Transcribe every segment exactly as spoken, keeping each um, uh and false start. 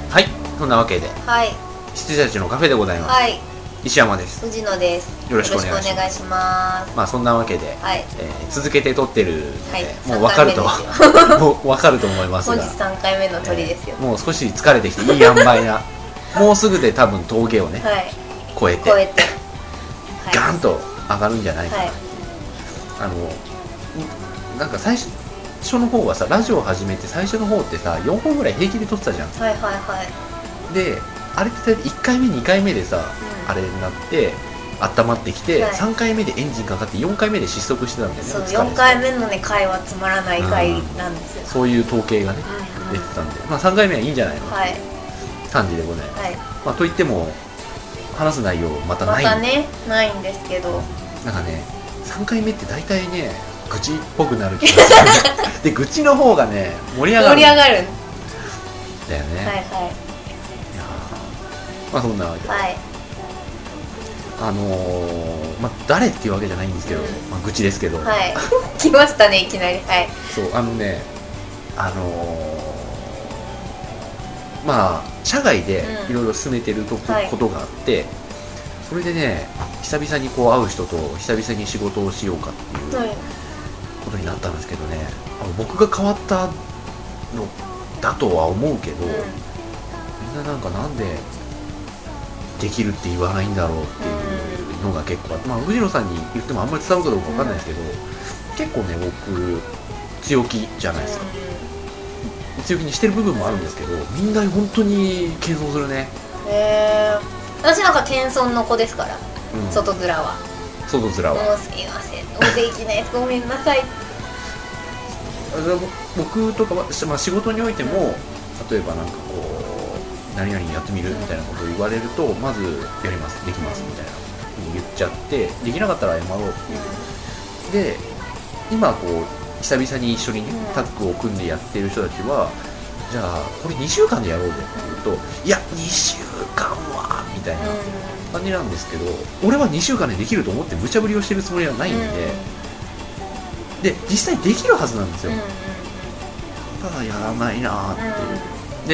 はい、そんなわけではい、 羊たちのカフェでございます。 はい、 石山です。 藤野です。 よろしくお願いします。 よろしくお願いします。 まあそんなわけで、 はい、 えー、続けて撮ってるので、 はい、 もう分かるともう分かると思いますが、 本日さんかいめの撮りですよ、 えー、もう少し疲れてきていい塩梅なもうすぐで多分峠をね、 はい、 越えて超えて、 はい、ガーンと上がるんじゃないかな、はい、あのなんか最初の方はさ、ラジオを始めて最初の方ってさよんほんぐらい平気で撮ってたじゃん。 はいはいはい。 であれっていっかいめにかいめでさ、うん、あれになって温まってきて、はい、さんかいめでエンジンかかってよんかいめで失速してたんだよね。 そう、よんかいめのね回はつまらない回なんですよ、うん、 そういう統計がね、うんうん、出てたんで、まあ、さんかいめはいいんじゃないの、はい、感じでございます、はい、まあ、といっても話す内容またないまたねないんですけど、 なんかねさんかいめって大体ね愚痴っぽくなる気がするで愚痴の方がね盛り上がる盛り上がるだよね。はいはい、いやまあそんなわけで、はい、あのー、まあ誰っていうわけじゃないんですけど、うん、まあ愚痴ですけど、 はい、来ましたねいきなり。はい、 そうあのねあのー、まあ社外でいろいろ進めてると、うん、ことがあって、それでね久々にこう会う人と久々に仕事をしようかっていう、はい、ことになったんですけどね、あの僕が変わったのだとは思うけど、うん、みんななんかなんでできるって言わないんだろうっていうのが結構あって、まあ藤野さんに言ってもあんまり伝わるかどうか分かんないですけど、うん、結構ね僕強気じゃないですか、うん、強気にしてる部分もあるんですけど、みんな本当に謙遜するね。へえ。私なんか謙遜の子ですから、うん、外面は外面はもうすみませんおできないですごめんなさい僕とかは、まあ、仕事においても、例えばなんかこう何々やってみるみたいなことを言われると、まずやりますできますみたいな言っちゃって、できなかったら謝ろうっていう、で今こう久々に一緒に、ね、タッグを組んでやってる人たちは、じゃあこれにしゅうかんでやろうぜって言うと、いやにしゅうかんはみたいな感じなんですけど、俺はにしゅうかんでできると思って無茶ぶりをしてるつもりはないんで、で実際できるはずなんですよ、ただやらないなっていう。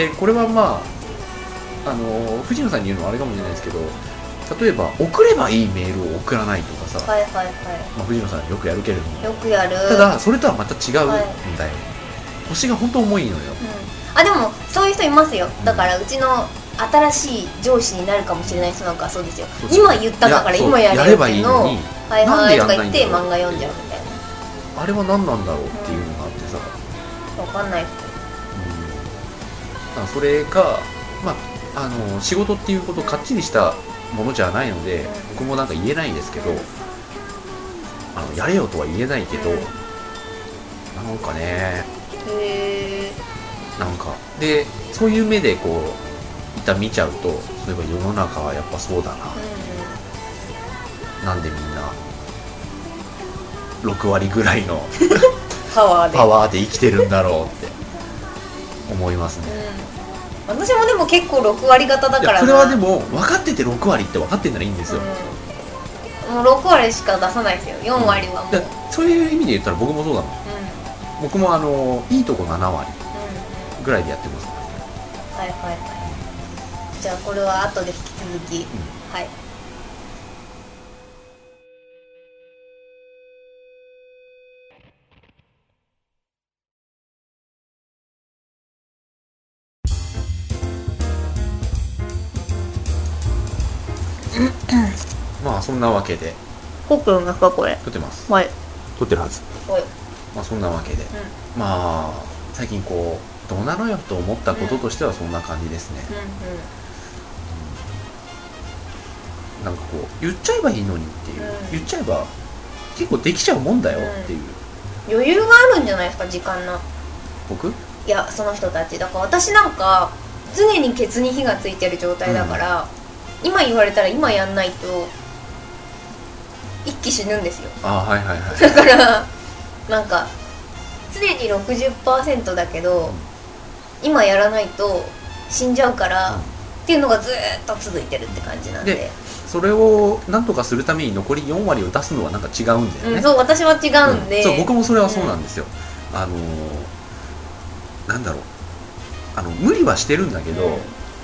でこれはまああの藤野さんに言うのはあれかもしれないですけど、例えば送ればいいメールを送らないとかさ、はいはいはい、まあ、藤野さんよくやるけれども、 よくやる。 ただそれとはまた違うんだよ、はい、腰が本当重いのよ、 うん、あでもそういう人いますよ。だからうちの新しい上司になるかもしれない人なんかそうですよ。今言ったんだから今やれよっていうのをはいはいとか言って漫画読んじゃうみたいな。 あれは何なんだろうっていうのがあってさ、 うん、分かんないっす、 うん、それが、まあ、あの仕事っていうことかっちりしたものじゃないので、うん、僕もなんか言えないですけど、うん、あのやれよとは言えないけど、うん、なんかねへなんかでそういう目でこう一旦見ちゃうと、そういえば世の中はやっぱそうだな、うん、なんでみんなろくわりぐらいのパワーでパワーで生きてるんだろうって思いますね、 うん、私もでも結構ろくわり型だからな。 これはでも分かっててろくわりって分かってんならいいんですよ、 うん、もうろくわりしか出さないですよ。よんわりはもう、うん、 そういう意味で言ったら僕もそうだもん、うん、僕もあのいいとこななわりぐらいでやってます、 うん、はいはいはい。じゃあこれは後で引き続き、うん、はい。 まあそんなわけで撮ってるんですかこれ。 撮ってます。 はい。 撮ってるはず。 はい。 まあそんなわけで、うん、まあ最近こうどうなのよと思ったこととしてはそんな感じですね、うんうんうん、なんかこう言っちゃえばいいのにっていう、うん、言っちゃえば結構できちゃうもんだよっていう、 うん、余裕があるんじゃないですか時間の。 僕？いやその人たちだから、私なんか常にケツに火がついてる状態だから、うん、今言われたら今やんないと一気死ぬんですよ。 あ、はいはいはい。 だからなんか常に ろくじゅっパーセント だけど、うん、今やらないと死んじゃうから、うん、っていうのがずーっと続いてるって感じなんで、でそれをなんとかするために残りよんわりを出すのはなんか違うんだよね、 うん、そう私は違うんで、 うん、そう僕もそれはそうなんですよ、うん、あのー、なんだろうあの無理はしてるんだけど、うん、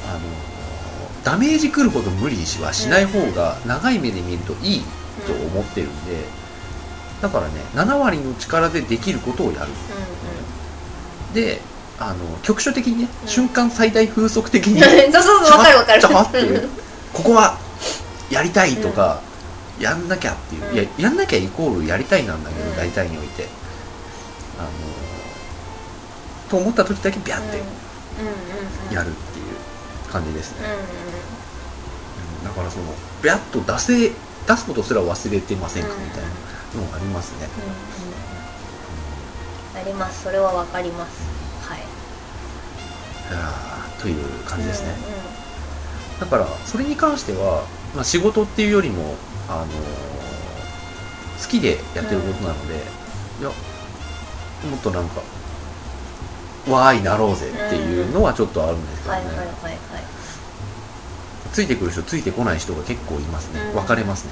あのダメージくるほど無理はしない方が長い目で見るといいと思ってるんで、だからねなな割の力でできることをやる、うんうん、であの局所的にね、うん、瞬間最大風速的にそうそうそう、分かる分かる、 ちょっていうここはやりたいとか、うん、やんなきゃっていう、うん、いややんなきゃイコールやりたいなんだけど、うん、大体においてあのと思った時だけビャってやるっていう感じですね、うんうんうん、だからそのビャッと出せ出すことすら忘れてませんかみたいなのがありますね、うんうんうん、あります。それは分かります、はい、 いやという感じですね、 うんうん、 だからそれに関しては、まあ、仕事っていうよりも、あのー、好きでやってることなので、うん、いやもっとなんかわーいなろうぜっていうのはちょっとあるんですけどね、ついてくる人ついてこない人が結構いますね、分かれますね、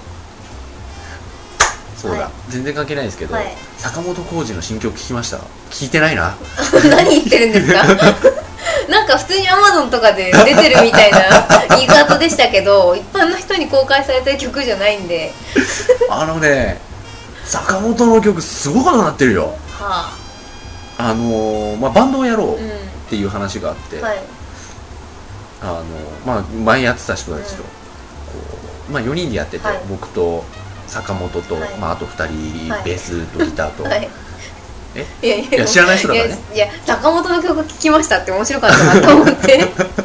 そうだ、はい、全然関係ないですけど、はい、坂本浩二の新曲聞きました？聞いてないな何言ってるんですかなんか普通に Amazon とかで出てるみたいな言い方でしたけど一般の人に公開されてる曲じゃないんであのね坂本の曲すごいことになってるよ、 はああのーまあ、バンドをやろうっていう話があって、うんはい、あのまあ、前やってた人たちと、うんこうまあ、よにんでやってて、はい、僕と坂本と、はいまあ、あとふたり、はい、ベースとギターと、はい、えいやいやいや知らない人だからね、 いやいや坂本の曲聴きましたって面白かったなと思って、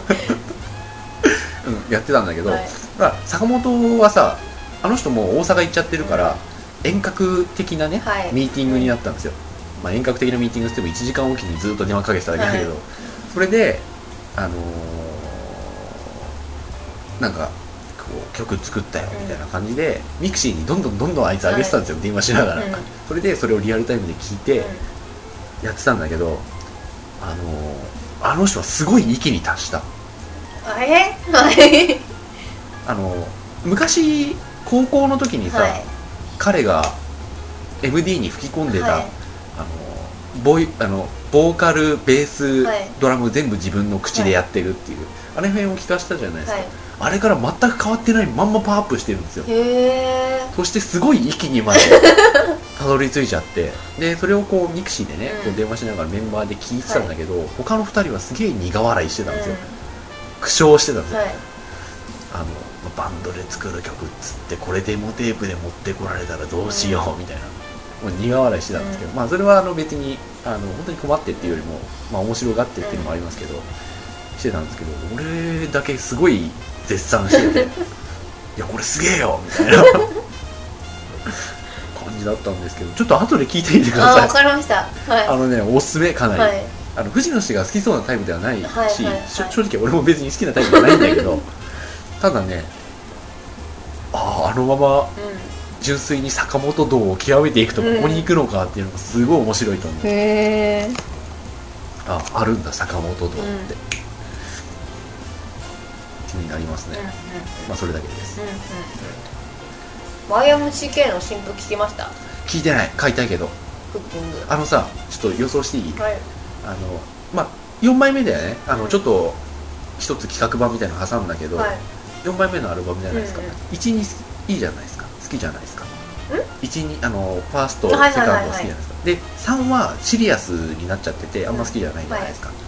うん、やってたんだけど、はい、だから坂本はさあの人もう大阪行っちゃってるから、うん、遠隔的なね、はい、ミーティングになったんですよ、まあ、遠隔的なミーティングってもいちじかんおきにずっと電話かけてただけだけど、はい、それであのー、なんかこう曲作ったよみたいな感じで、うん、ミクシーにどんどんどんどんあいつ上げてたんですよ、はい、電話しながら、うん、それでそれをリアルタイムで聞いてやってたんだけど、あのー、あの人はすごい域に達した。 えはいあのー、昔高校の時にさ、はい、彼が エムディー に吹き込んでた、はい、あのボイあのボーカルベース、はい、ドラム全部自分の口でやってるっていう、はい、あれ辺を聞かせたじゃないですか、はい、あれから全く変わってないまんまパワーアップしてるんですよ。 へー。 そしてすごい域にまでたどり着いちゃってでそれをこうミクシーでね、うん、こう電話しながらメンバーで聞いてたんだけど、はい、他のふたりはすげえ苦笑いしてたんですよ、うん、苦笑してたんですよ、はい、あのバンドで作る曲っつってこれデモテープで持ってこられたらどうしようみたいな、もう苦笑いしてたんですけど、うん、まあそれはあの別にあの本当に困ってっていうよりも、まあ、面白がってっていうのもありますけど、うん、してたんですけど、俺だけすごい絶賛してていやこれすげえよみたいな感じだったんですけど、ちょっと後で聞いてみてください。 あ、わかりました、はい、 あのねおすすめかなり、 はい、 あの藤野氏が好きそうなタイプではないし、はいはいはい、正直俺も別に好きなタイプじゃないんだけどただねあああのまま、うん純粋に坂本道を極めていくとここに行くのかっていうのがすごい面白いと思う、うん、 へー。 あ、あるんだ坂本道って、うん、気になりますね、うんうんうん、まあそれだけです、うんうんうん、 ワイエムシーケー の新譜聞きました？ 聞いてない、買いたいけど。 クッキングあのさ、ちょっと予想していい？ はい、 あのまあよんまいめだよね、あの、うん、ちょっと一つ企画版みたいなの挟んだけど、はい、よんまいめのアルバムじゃないですか、うんうん、いち、にいいじゃないですか、好きじゃないですか。いちにあのファースト、セカンド好きじゃないですか。でさんはシリアスになっちゃっててあんま好きじゃないじゃないですか、うんはい、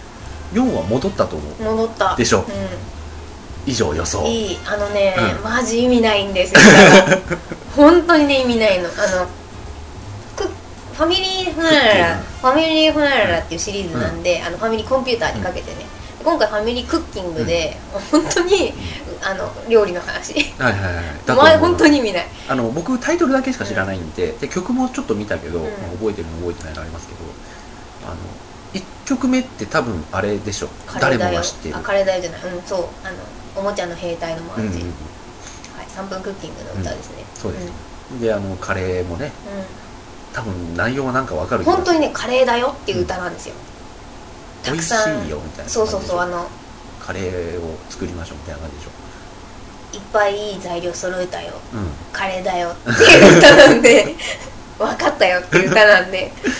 よんは戻ったと思う。 戻ったでしょ、うん、以上予想。 いい、あのね、うん、マジ意味ないんですよ本当にね意味ないの。あのファミリーフナララファミリーフナララっていうシリーズなんで、うん、あのファミリーコンピューターにかけてね、うん、今回ファミリークッキングで、うん、本当にあの料理の話はいはいはいだ前本当に見ないあの僕タイトルだけしか知らないんで、うん、で曲もちょっと見たけど、うん、覚えてるの覚えてないのありますけど、あのいっきょくめって多分あれでしょ、誰もが知ってる。 あ、カレーだよじゃない、うん、そう、あのおもちゃの兵隊のマーチ、うんうん、はい、さんぷんクッキングの歌ですね、 うん、そうです、うん、であのカレーもね、うん、多分内容はなんかわかるけど本当にねカレーだよっていう歌なんですよ、 うん、たくさん美味しいよみたいな。 そうそうそう、あのカレーを作りましょうみたいな感じでしょ。 いっぱいいい材料揃えたよ、うん、カレーだよっていう歌なんで分かったよっていう歌なんで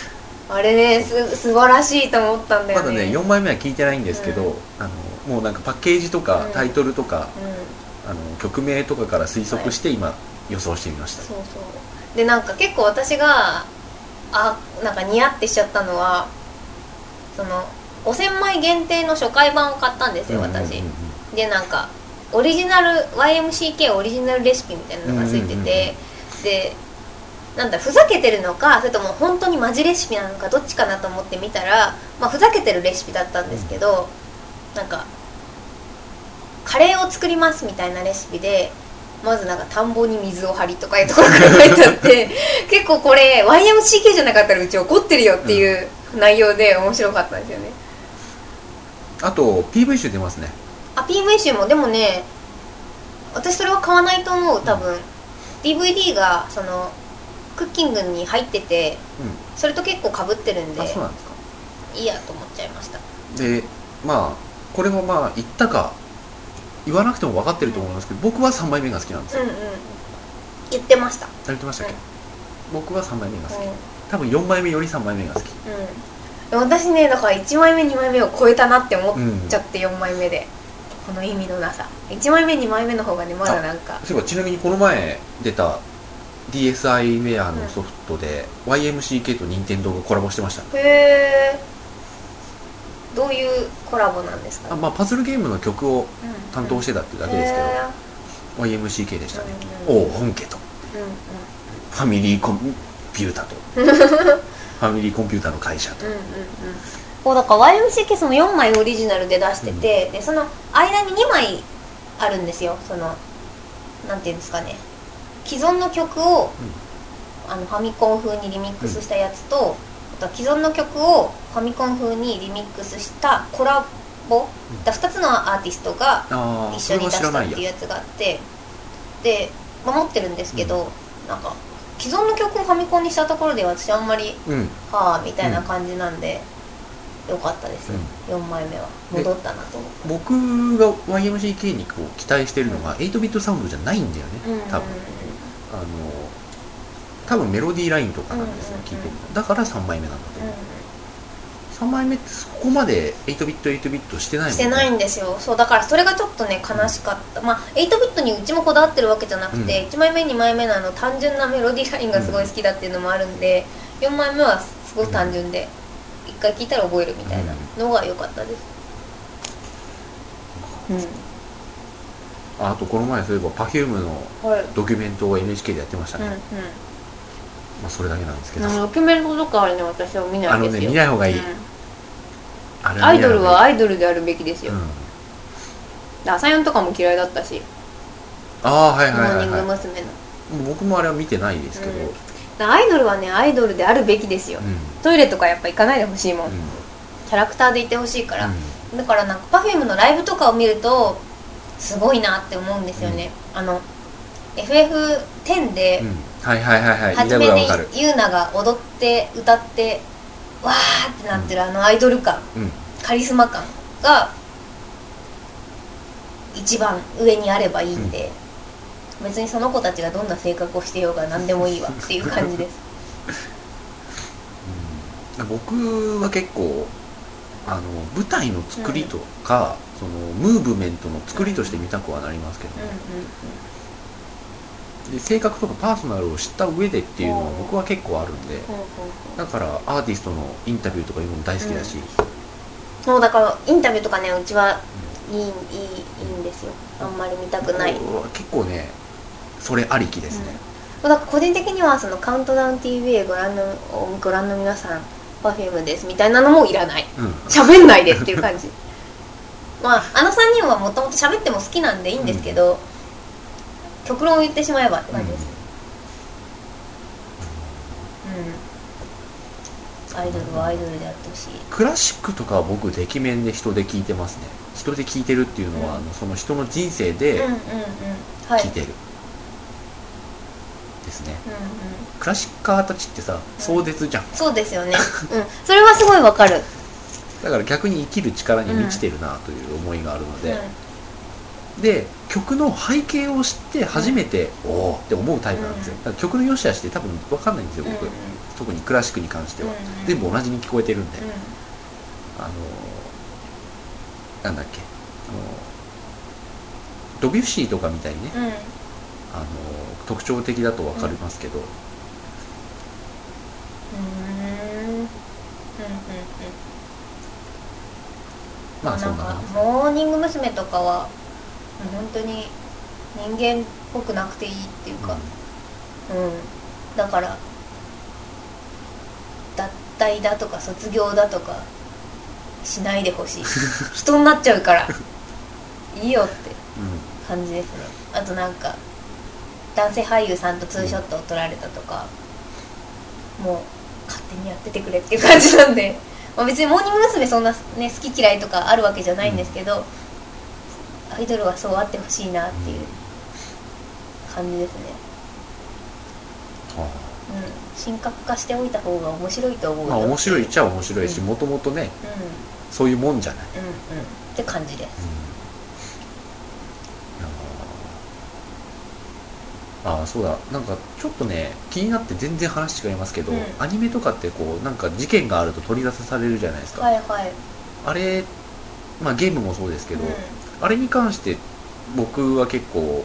あれねす素晴らしいと思ったんだよね。 まだねよんまいめは聞いてないんですけど、うん、あのもうなんかパッケージとかタイトルとか、うん、あの曲名とかから推測して今予想してみました。 そうそうでなんか結構私があなんかニヤってしちゃったのはそのごせんまい限定の初回版を買ったんですよ私、うんうんうんうん、でなんかオリジナル ワイエムシーケー オリジナルレシピみたいなのがついてて、うんうんうん、でなんだふざけてるのかそれとも本当にマジレシピなのかどっちかなと思ってみたら、まあ、ふざけてるレシピだったんですけど、うん、なんかカレーを作りますみたいなレシピでまずなんか田んぼに水を張りとかいうところから書いてあって結構これ ワイエムシーケー じゃなかったらうち怒ってるよっていう内容で面白かったんですよね、 うん、あと ピーブイ 集出ますね。 あ ピーブイ 集もでもね私それは買わないと思う多分、うん、ディーブイディー がそのクッキングに入ってて、うん、それと結構被ってるんで、 あそうなんですか。 いいやと思っちゃいました。 でまあこれもまあ言ったか言わなくても分かってると思いますけど、うん、僕はさんまいめが好きなんですよ、 うんうん、言ってました言ってましたっけ、うん、僕はさんまいめが好き、 うん、 多分よんまいめよりさんまいめが好き、 うん、私ねだからいちまいめにまいめを超えたなって思っちゃって、うん、よんまいめでこの意味のなさいちまいめにまいめの方がねまだなんかそういえばちなみにこの前出た ディーエスアイ ウェアのソフトで、うん、ワイエムシーケー と任天堂がコラボしてました、ね、 へーどういうコラボなんですか、ね、 あ、まあ、パズルゲームの曲を担当してたっていうだけですけど、うん、ワイエムシーケー でしたね、うんうん、おお本家と、うんうん、ファミリーコンピュータとファミリーコンピュータの会社と、うんうんうん、 こうだから ワイエムシーケー そのよんまいオリジナルで出してて、うん、でその間ににまいあるんですよ。そのなんていうんですかね既存の曲を、うん、あのファミコン風にリミックスしたやつと、うん既存の曲をファミコン風にリミックスしたコラボ、うん、だふたつのアーティストが一緒に出したっていうやつがあってで守ってるんですけど、うん、なんか既存の曲をファミコンにしたところで私あんまり、うん、はあみたいな感じなんで、うん、よかったですよ、うん、よんまいめは戻ったなと思って僕が ワイエムシーケー にこう期待してるのが、うん、エイトビットサウンドじゃないんだよね、うん、多分、うん、あの多分メロディーラインとかなんですよ、聞いてるのだからさんまいめなんだと思う、うん、さんまいめってそこまでエイトビットエイトビットしてないもんね。 してないんですよ。そうだからそれがちょっとね悲しかった、うん、まあエイトビットにうちもこだわってるわけじゃなくて、うん、いちまいめにまいめのあの単純なメロディーラインがすごい好きだっていうのもあるんで、うん、よんまいめはすごく単純でいっかい聴いたら覚えるみたいなのが良かったです、うんあ, あとこの前そういえば Perfume のドキュメントを エヌエイチケー でやってましたね、はいうんうんまあ、それだけなんですけどドキュメントとかあれね私は見ないですよ。 あのね見ない方がいい、うん、 あれアイドルはアイドルであるべきですよ、うん、アサヨンとかも嫌いだったしああはいはいはい、はい、 モーニング娘。の僕もあれは見てないですけど、 うん、アイドルはねアイドルであるべきですよ、うん、トイレとかやっぱ行かないでほしいもん、うん、キャラクターでいてほしいから、うん、だからなんか Perfume のライブとかを見るとすごいなって思うんですよね、うん、あの エフエフテン で、うん、はいはいはいはい初めにユーナが踊って歌ってわーってなってる、うん、あのアイドル感、うん、カリスマ感が一番上にあればいいんで、うん、別にその子たちがどんな性格をしてようが何でもいいわっていう感じです、 うん、僕は結構あの舞台の作りとか、うん、そのムーブメントの作りとして見たくはなりますけどね、うんうんうん、で性格とかパーソナルを知った上でっていうのは僕は結構あるんで、だからアーティストのインタビューとかいうのも大好きだし、うん、 そうだからインタビューとかねうちはいい、いい、いいんですよ。あんまり見たくない。 結構ねそれありきですね、 うん、だから個人的にはそのカウントダウン ティーブイ ご覧のご覧の皆さんPerfume ですみたいなのもいらない。喋、うん、んないでっていう感じ。まああのさんにんはもともと喋っても好きなんでいいんですけど、うん、極論を言ってしまえばって感じです。うん。うん、アイドルはアイドルであってほしい。 クラシックとかは僕出来面で人で聞いてますね。人で聞いてるっていうのは、うん、あのその人の人生で聞いてる。ですね、うんうん、クラシッカーたちってさ壮絶じゃん、うん、 そうですよね、うん、それはすごいわかる。 だから逆に生きる力に満ちてるなという思いがあるので、うん、で曲の背景を知って初めて、うん、おーって思うタイプなんですよ。だから曲の良し悪しって多分分かんないんですよ僕、うんうん、 特にクラシックに関しては、 うん全部同じに聞こえてるんで、 うんあのなんだっけ、あのドビュッシーとかみたいにね、 うんあの特徴的だと分かりますけど、 うーんうんうんうんまあそなんかんな感じです。 モーニング娘。とかはもう本当に人間っぽくなくていいっていうか、うん、だから脱退だとか卒業だとかしないでほしい人になっちゃうからいいよってうん感じですね。あとなんか男性俳優さんとツーショットを撮られたとか、もう勝手にやっててくれっていう感じなんでまあ別にモーニング娘。そんな、ね、好き嫌いとかあるわけじゃないんですけど、アイドルはそうあってほしいなっていう感じですね。 はうん、神格化しておいた方が面白いと思うあ、まあ面白いっちゃゃ面白いし、 うんもともとねうんそういうもんじゃない、 うんうんって感じです。 うん、ああそうだ、なんかちょっとね気になって全然話違いますけど、 うんアニメとかってこうなんか事件があると取り出されるじゃないですか、 はいはい。 あれ、まあゲームもそうですけど、 うんあれに関して僕は結構あの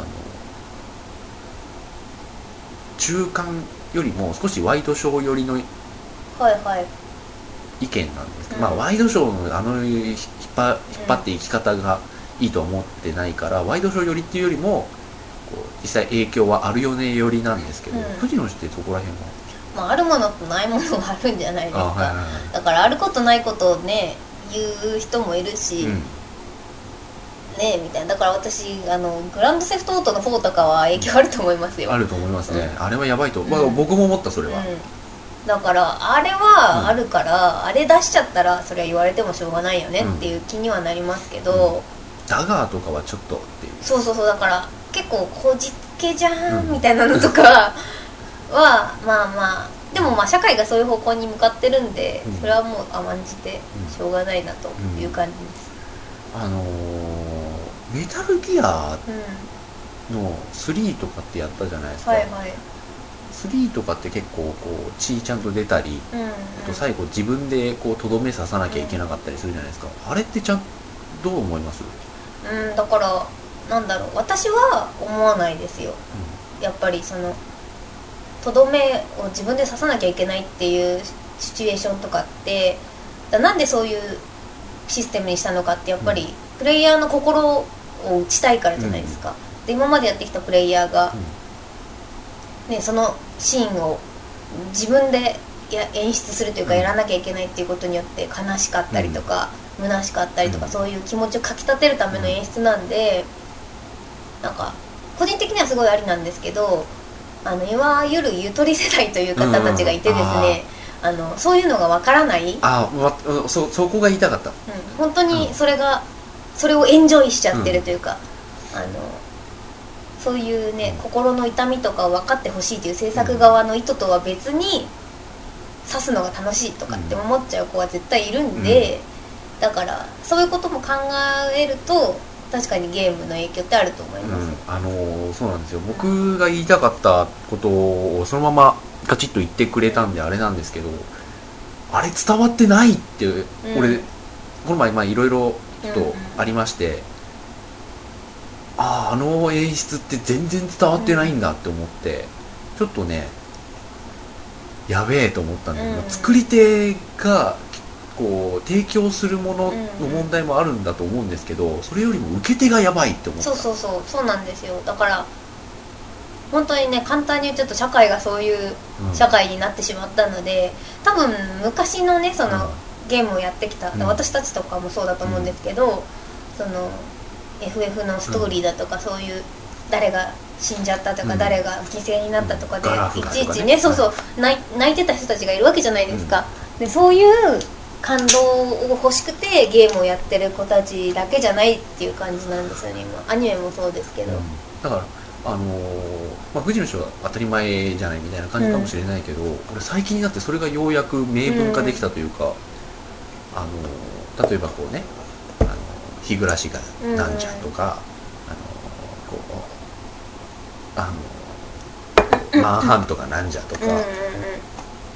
中間よりも少しワイドショー寄りのはいはい。 意見なんですけど、 うんまあワイドショーのあの引っ張引っ張っていき方がいいとは思ってないから、ワイドショー寄りっていうよりもこう実際影響はあるよね寄りなんですけど、 うん藤野氏ってそこら辺はまああるものとないものがあるんじゃないですか。 あはいはいはいだからあることないことをね言う人もいるし、 うんねみたいな。だから私あのグランドセフトオートのフォーとかは影響あると思いますよ。 あると思いますね、 うんあれはやばいと、 うんまあ、僕も思ったそれは、 うん、だからあれはあるから、うん、あれ出しちゃったらそれは言われてもしょうがないよねっていう気にはなりますけど、 うん、ダガーとかはちょっとっていうそうそうそう、だから結構こじつけじゃんみたいなのとかは、うん、まあまあでもまあ社会がそういう方向に向かってるんで、うん、それはもう甘んじてしょうがないなという感じです、 うんうん、あのー、メタルギアのスリーとかってやったじゃないですか、 はいはい、 スリーとかって結構こう血ちゃんと出たり、 うんうん、あと最後自分でこうとどめ刺さなきゃいけなかったりするじゃないですか、うん、あれってちゃんどう思います？ うん、だからなんだろう、私は思わないですよ、うん、やっぱりそのとどめを自分で刺さなきゃいけないっていうシチュエーションとかってだなんでそういうシステムにしたのかってやっぱりプレイヤーの心を打ちたいからじゃないですか、うん、で今までやってきたプレイヤーが、うんね、そのシーンを自分でや演出するというかやらなきゃいけないっていうことによって悲しかったりとか、うん、虚しかったりとか、うん、そういう気持ちをかきたてるための演出なんで、なんか個人的にはすごいありなんですけど、あのいわゆるゆとり世代という方たちがいてですね、うん、あのそういうのがわからない、 ああ、そ, そこが言いたかった、うん、 本当にそれが、うん、それをエンジョイしちゃってるというか、うん、あのそういうね、心の痛みとかを分かってほしいという制作側の意図とは別に刺すのが楽しいとかって思っちゃう子は絶対いるんで、うん、だからそういうことも考えると確かにゲームの影響ってあると思います、 うん、あのー、そうなんですよ、僕が言いたかったことをそのままカチッと言ってくれたんであれなんですけど、あれ伝わってないって、うん、俺この前まあいろいろちょっとありまして、うんうん、あああの演出って全然伝わってないんだって思って、うん、ちょっとねやべえと思ったんだけど、うん、作り手がこう提供するものの問題もあるんだと思うんですけど、それよりも受け手がやばいって思った。 そうそうそうそうなんですよ。だから本当にね、簡単に言っちゃうと社会がそういう社会になってしまったので、うん、多分昔のねその、うん、ゲームをやってきた、うん、私たちとかもそうだと思うんですけど、うん、その エフエフ のストーリーだとか、うん、そういう誰が死んじゃったとか、うん、誰が犠牲になったとかで、うん、いちいちね、そうそう、泣い、泣いてた人たちがいるわけじゃないですか、うん、でそういう感動を欲しくてゲームをやってる子たちだけじゃないっていう感じなんですよね。今アニメもそうですけど、うん、 だからあのーまあ、藤野氏は当たり前じゃないみたいな感じかもしれないけど、うん、俺最近になってそれがようやく明文化できたというか、うん、あのー、例えばこうね、あのー、日暮がなんじゃとか、うん、あのー、こうあのー、マンハントがなんじゃとか、うん、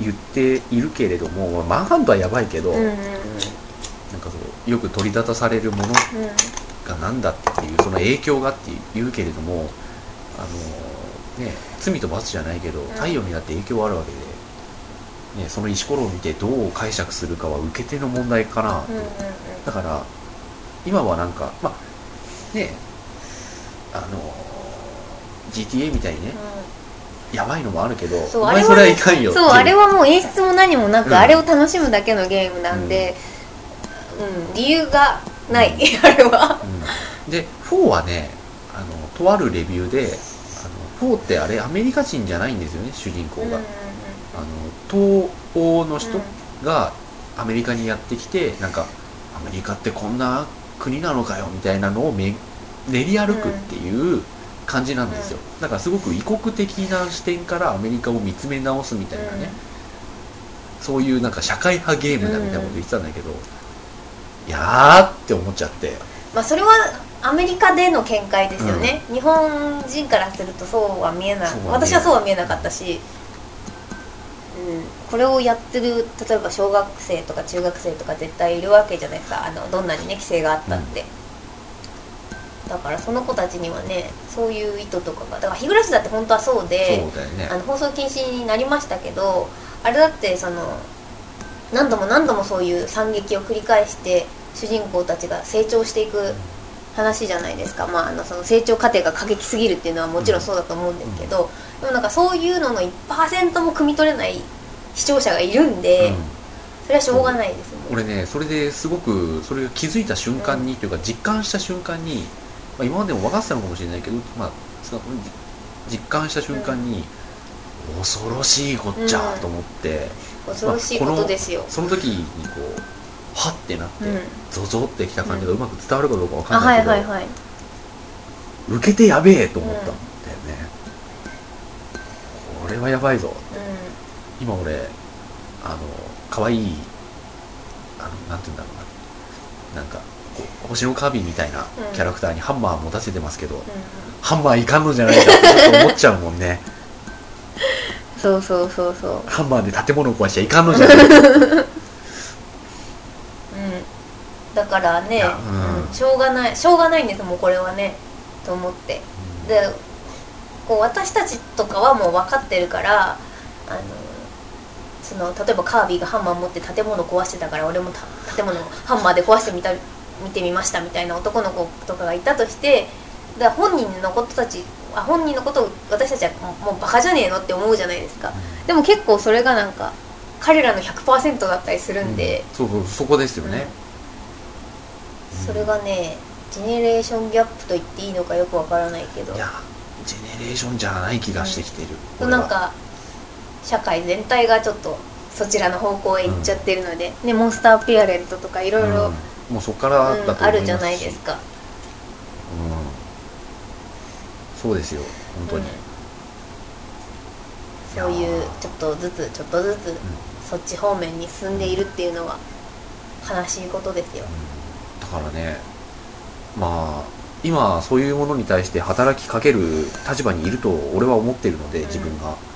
言っているけれども、マンハントはやばいけど、 うんうんうん、 なんかそうよく取り沙汰されるものがなんだっていう、その影響がって言うけれども、あの、ね、罪と罰じゃないけど太陽にだって影響はあるわけで、ね、その石ころを見てどう解釈するかは受け手の問題かなって、 うんうんうん、 だから今はなんかまあね、あの ジーティーエー みたいにね、うん、やばいのもあるけど、 そうお前それはいかんよ。 そう、あれはもう演出も何もなく、うん、あれを楽しむだけのゲームなんで、うんうん、理由がない、うん、あれは、 うん、でフォーはね、あのとあるレビューで、あのフォーってあれアメリカ人じゃないんですよね、主人公が、うんうんうん、あの東欧の人がアメリカにやってきて、なんかアメリカってこんな国なのかよみたいなのをめ練り歩くっていう感じなんですよ、うん、だからすごく異国的な視点からアメリカを見つめ直すみたいなね、うん、そういうなんか社会派ゲームだみたいなこと言ってたんだけど、うん、いやーって思っちゃって、 まあそれはアメリカでの見解ですよね、うん、日本人からするとそうは見えない、私はそうは見えなかったし、うん、これをやってる例えば小学生とか中学生とか絶対いるわけじゃないですか、あのどんなにね規制があったって、うん、だからその子たちにはねそういう意図とかが、だから日暮だって本当はそうで、 そうだよね、 あの放送禁止になりましたけど、あれだってその何度も何度もそういう惨劇を繰り返して主人公たちが成長していく話じゃないですか、まあ、あのその成長過程が過激すぎるっていうのはもちろんそうだと思うんですけど、うん、でもなんかそういうのの いちパーセント も汲み取れない視聴者がいるんで、うん、それはしょうがないですもん。 俺ねそれですごくそれが気づいた瞬間に、うん、というか実感した瞬間に、まあ、今までも分かってたのかもしれないけど、まあ、実感した瞬間に、うん、恐ろしいこっちゃと思って、 うん、恐ろしいことですよ、 まあ、その時にこうはってなって、うん、ゾゾってきた感じがうまく伝わるかどうか分かんないけど、うんはいはいはい、受けてやべえと思ったんだよね、うん、これはやばいぞ、うん、今俺あの可愛いあのなんて言うんだろうな、なんかこう星のカービィみたいなキャラクターにハンマー持たせてますけど、うん、ハンマーいかんのじゃないかって思っちゃうもんねそうそうそうそう、 ハンマーで建物を壊しちゃいかんのじゃないかだからね、うんうん、しょうがないしょうがないんですもうこれはねと思って、うん、でこう私たちとかはもう分かってるから、あのその例えばカービィがハンマー持って建物壊してたから俺も建物をハンマーで壊してみた見てみましたみたいな男の子とかがいたとして、だから本人のことたちあ本人のことを私たちはもうバカじゃねえのって思うじゃないですか、うん、でも結構それがなんか彼らの ひゃくパーセント だったりするんで、 うん、そうそうそこですよね、 うん、それがねジェネレーションギャップと言っていいのかよくわからないけど、 いやジェネレーションじゃない気がしてきてる、 うん、なんか社会全体がちょっとそちらの方向へ行っちゃってるので、うん、ね、モンスターペアレントとかいろいろもうそこからだと思いますし、うん、 あるじゃないですか、うん、 そうですよ本当に、うん、 そういうちょっとずつちょっとずつ、うん、そっち方面に進んでいるっていうのは悲しいことですよ、 うん、だからね、まあ今そういうものに対して働きかける立場にいると俺は思っているので、自分が、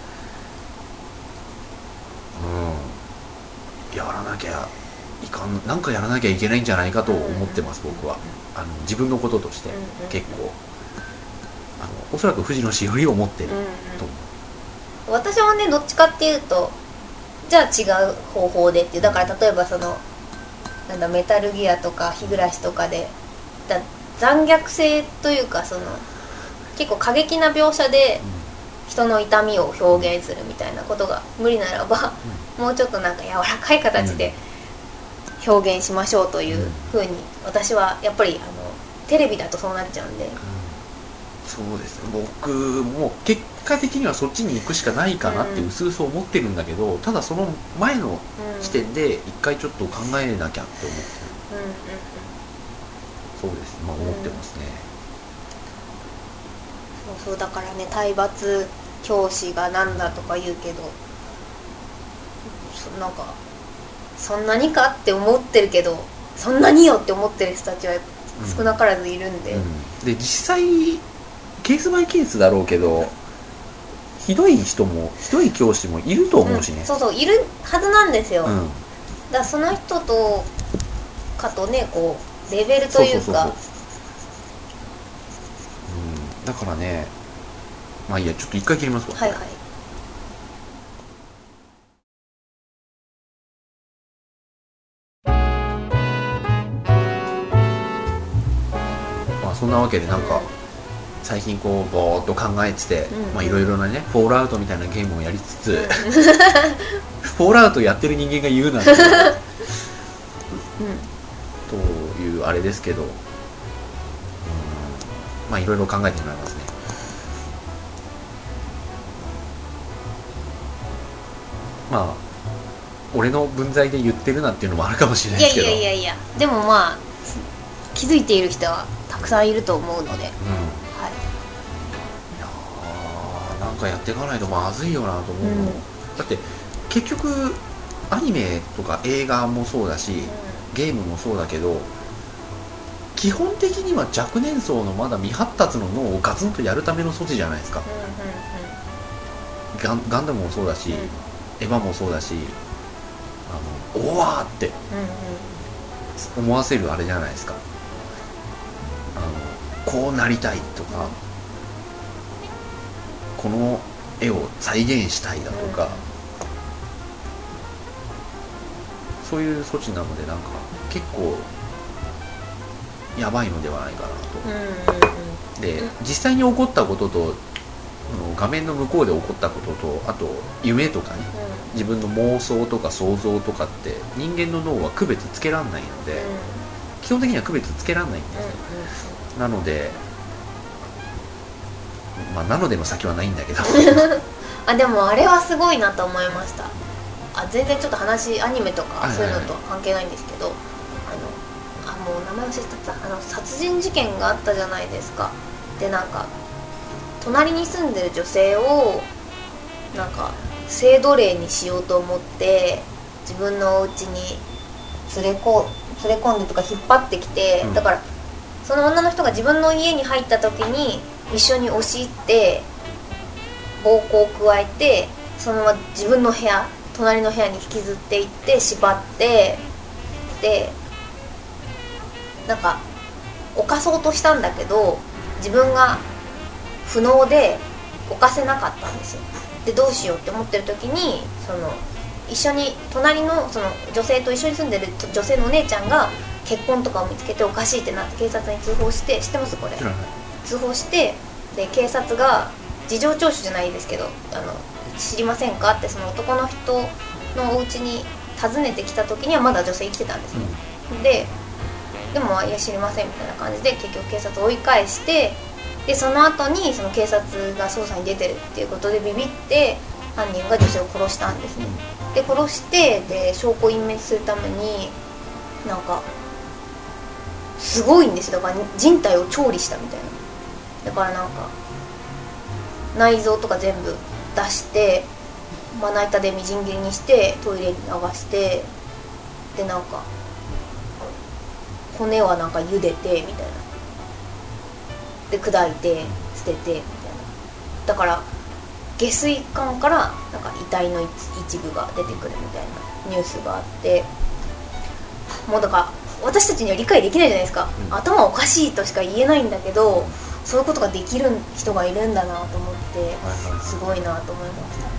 うん、やらなきゃいかん、なんかやらなきゃいけないんじゃないかと思ってます、僕は。あの自分のこととして結構あのおそらく藤野氏より思ってると思う。 私はねどっちかっていうとじゃあ違う方法でっていう、だから例えばそのなんだメタルギアとか日暮らしとかでだ残虐性というか、その結構過激な描写で人の痛みを表現するみたいなことが無理ならば、うん、もうちょっとなんか柔らかい形で表現しましょうというふうに私はやっぱりあのテレビだとそうなっちゃうんで、うん、 そうですね、僕も結果的にはそっちに行くしかないかなってうすうす思ってるんだけど、うん、ただその前の時点で一回ちょっと考えなきゃって思ってる、うんうんうん、そうです、まあ思ってますね、 うん、そうそうだからね、体罰教師がなんだとか言うけど、なんかそんなにかって思ってるけど、そんなによって思ってる人たちは少なからずいるんで、 うんうん、で実際ケースバイケースだろうけど、 ひどい人もひどい教師もいると思うしね、 うん、そうそういるはずなんですよ、 うん、 だからその人とかとねこうレベルというか、そうそうそうそう、 うん、だからね、まあいいや、ちょっと一回切りますわ。 はいはい。 まあそんなわけでなんか、うん、最近こうぼーっと考えてて、うん、まあいろいろなねフォールアウトみたいなゲームをやりつつ、うん、フォールアウトやってる人間が言うなんて、うん、というあれですけど、うん、まあいろいろ考えてもらいますね。まあ俺の分際で言ってるなっていうのもあるかもしれないですけど、 いやいやいやいや、でもまあ気づいている人はたくさんいると思うので、うん、はい、いやなんかやっていかないとまずいよなと思う、うん、だって結局アニメとか映画もそうだし、うん、ゲームもそうだけど基本的には若年層のまだ未発達の脳をガツンとやるための措置じゃないですか、うんうんうん、ガン、ガンダムもそうだし、うん、エヴァもそうだし、あのおわーって思わせるあれじゃないですか。あのこうなりたいとか、この絵を再現したいだとか、そういう措置なのでなんか結構やばいのではないかなと。で実際に起こったことと画面の向こうで起こったことと、あと夢とかね、自分の妄想とか想像とかって人間の脳は区別つけらんないので、基本的には区別つけらんないんですよ。なのでまあなのでの先はないんだけどあ、でもあれはすごいなと思いました。あ、全然ちょっと話アニメとかそういうのとは関係ないんですけど、あのあもう名前忘れちゃった、あの殺人事件があったじゃないですか。でなんか隣に住んでる女性をなんか性奴隷にしようと思って自分のお家に連れこ連れ込んでとか引っ張ってきて、うん、だからその女の人が自分の家に入った時に一緒に押し入って暴行を加えて、そのまま自分の部屋隣の部屋に引きずっていって縛って、でなんか犯そうとしたんだけど自分が不能で犯せなかったんですよ。でどうしようって思ってる時にその一緒に隣のその女性と一緒に住んでる女性のお姉ちゃんが結婚とかを見つけておかしいってなって警察に通報して、知ってますこれ、通報して、で警察が事情聴取じゃないですけどあの知りませんかってその男の人のお家に訪ねてきた時にはまだ女性生きてたんですね、うん、ででもいや知りませんみたいな感じで結局警察を追い返して、でその後にその警察が捜査に出てるっていうことでビビって犯人が女性を殺したんですね。で殺してで証拠隠滅するためになんかすごいんですよ。だから人体を調理したみたいな。だからなんか内臓とか全部出してまな板でみじん切りにしてトイレに流して、でなんか骨はなんか茹でてみたいな、で砕いて捨ててみたいな。だから下水管からなんか遺体の一部が出てくるみたいなニュースがあって、もうだから私たちには理解できないじゃないですか、うん、頭おかしいとしか言えないんだけど、そういうことができる人がいるんだなと思ってすごいなと思いました。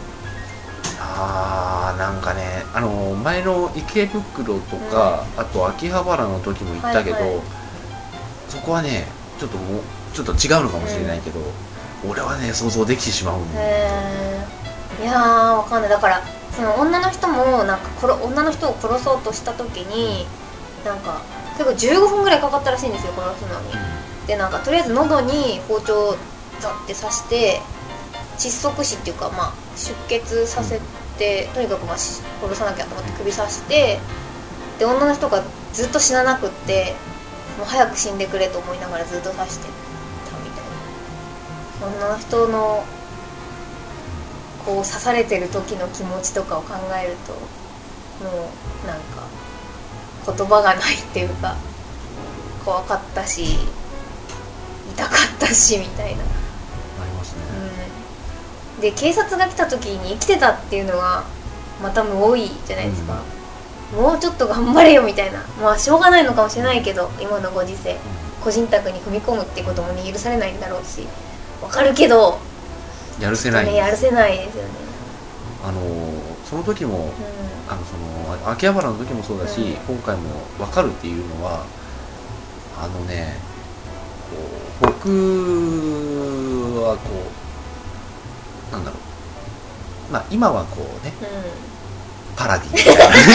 あーなんかね、あの前の池袋とか、うん、あと秋葉原の時も言ったけど、はいはい、そこはねちょっともうちょっと違うのかもしれないけど、うん、俺はね想像できてしまうんで。 へー、いやーわかんない。だからその女の人もなんか殺女の人を殺そうとした時になんか結構じゅうごふんぐらいかかったらしいんですよ殺すのに、うん、でなんかとりあえず喉に包丁をザッて刺して窒息死っていうか、まあ、出血させて、うん、とにかくまあ殺さなきゃと思って首刺して、で女の人がずっと死ななくってもう早く死んでくれと思いながらずっと刺してたみたいな。女の人のこう刺されてる時の気持ちとかを考えるともうなんか言葉がないっていうか、怖かったし痛かったしみたいな。 ありますね、 うん、 で警察が来た時に生きてたっていうのがまたむごいじゃないですか、うん、もうちょっと頑張れよみたいな、まあしょうがないのかもしれないけど今のご時世、うん、個人宅に踏み込むっていうこともね許されないんだろうしわかるけどやるせない、 ね、やるせないですよね。 あのその時も、うん、あのその秋葉原の時もそうだし、うん、今回も分かるっていうのはあのねこう僕はこうなんだろうまあ今はこうね、うん、パラディみ